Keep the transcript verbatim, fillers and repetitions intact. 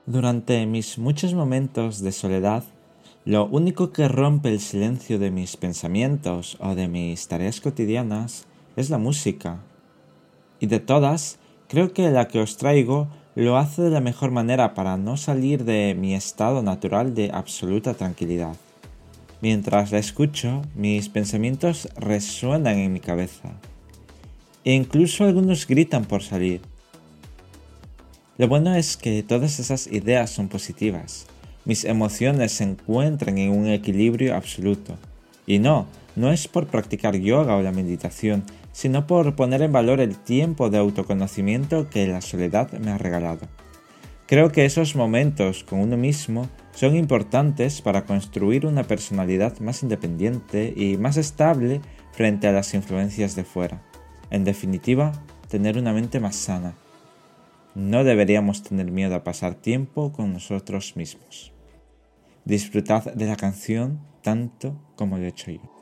Durante mis muchos momentos de soledad, lo único que rompe el silencio de mis pensamientos o de mis tareas cotidianas es la música. Y de todas, creo que la que os traigo lo hace de la mejor manera para no salir de mi estado natural de absoluta tranquilidad. Mientras la escucho, mis pensamientos resuenan en mi cabeza. E incluso algunos gritan por salir. Lo bueno es que todas esas ideas son positivas. Mis emociones se encuentran en un equilibrio absoluto. Y no, no es por practicar yoga o la meditación, sino por poner en valor el tiempo de autoconocimiento que la soledad me ha regalado. Creo que esos momentos con uno mismo son importantes para construir una personalidad más independiente y más estable frente a las influencias de fuera. En definitiva, tener una mente más sana. No deberíamos tener miedo a pasar tiempo con nosotros mismos. Disfrutad de la canción tanto como lo he hecho yo.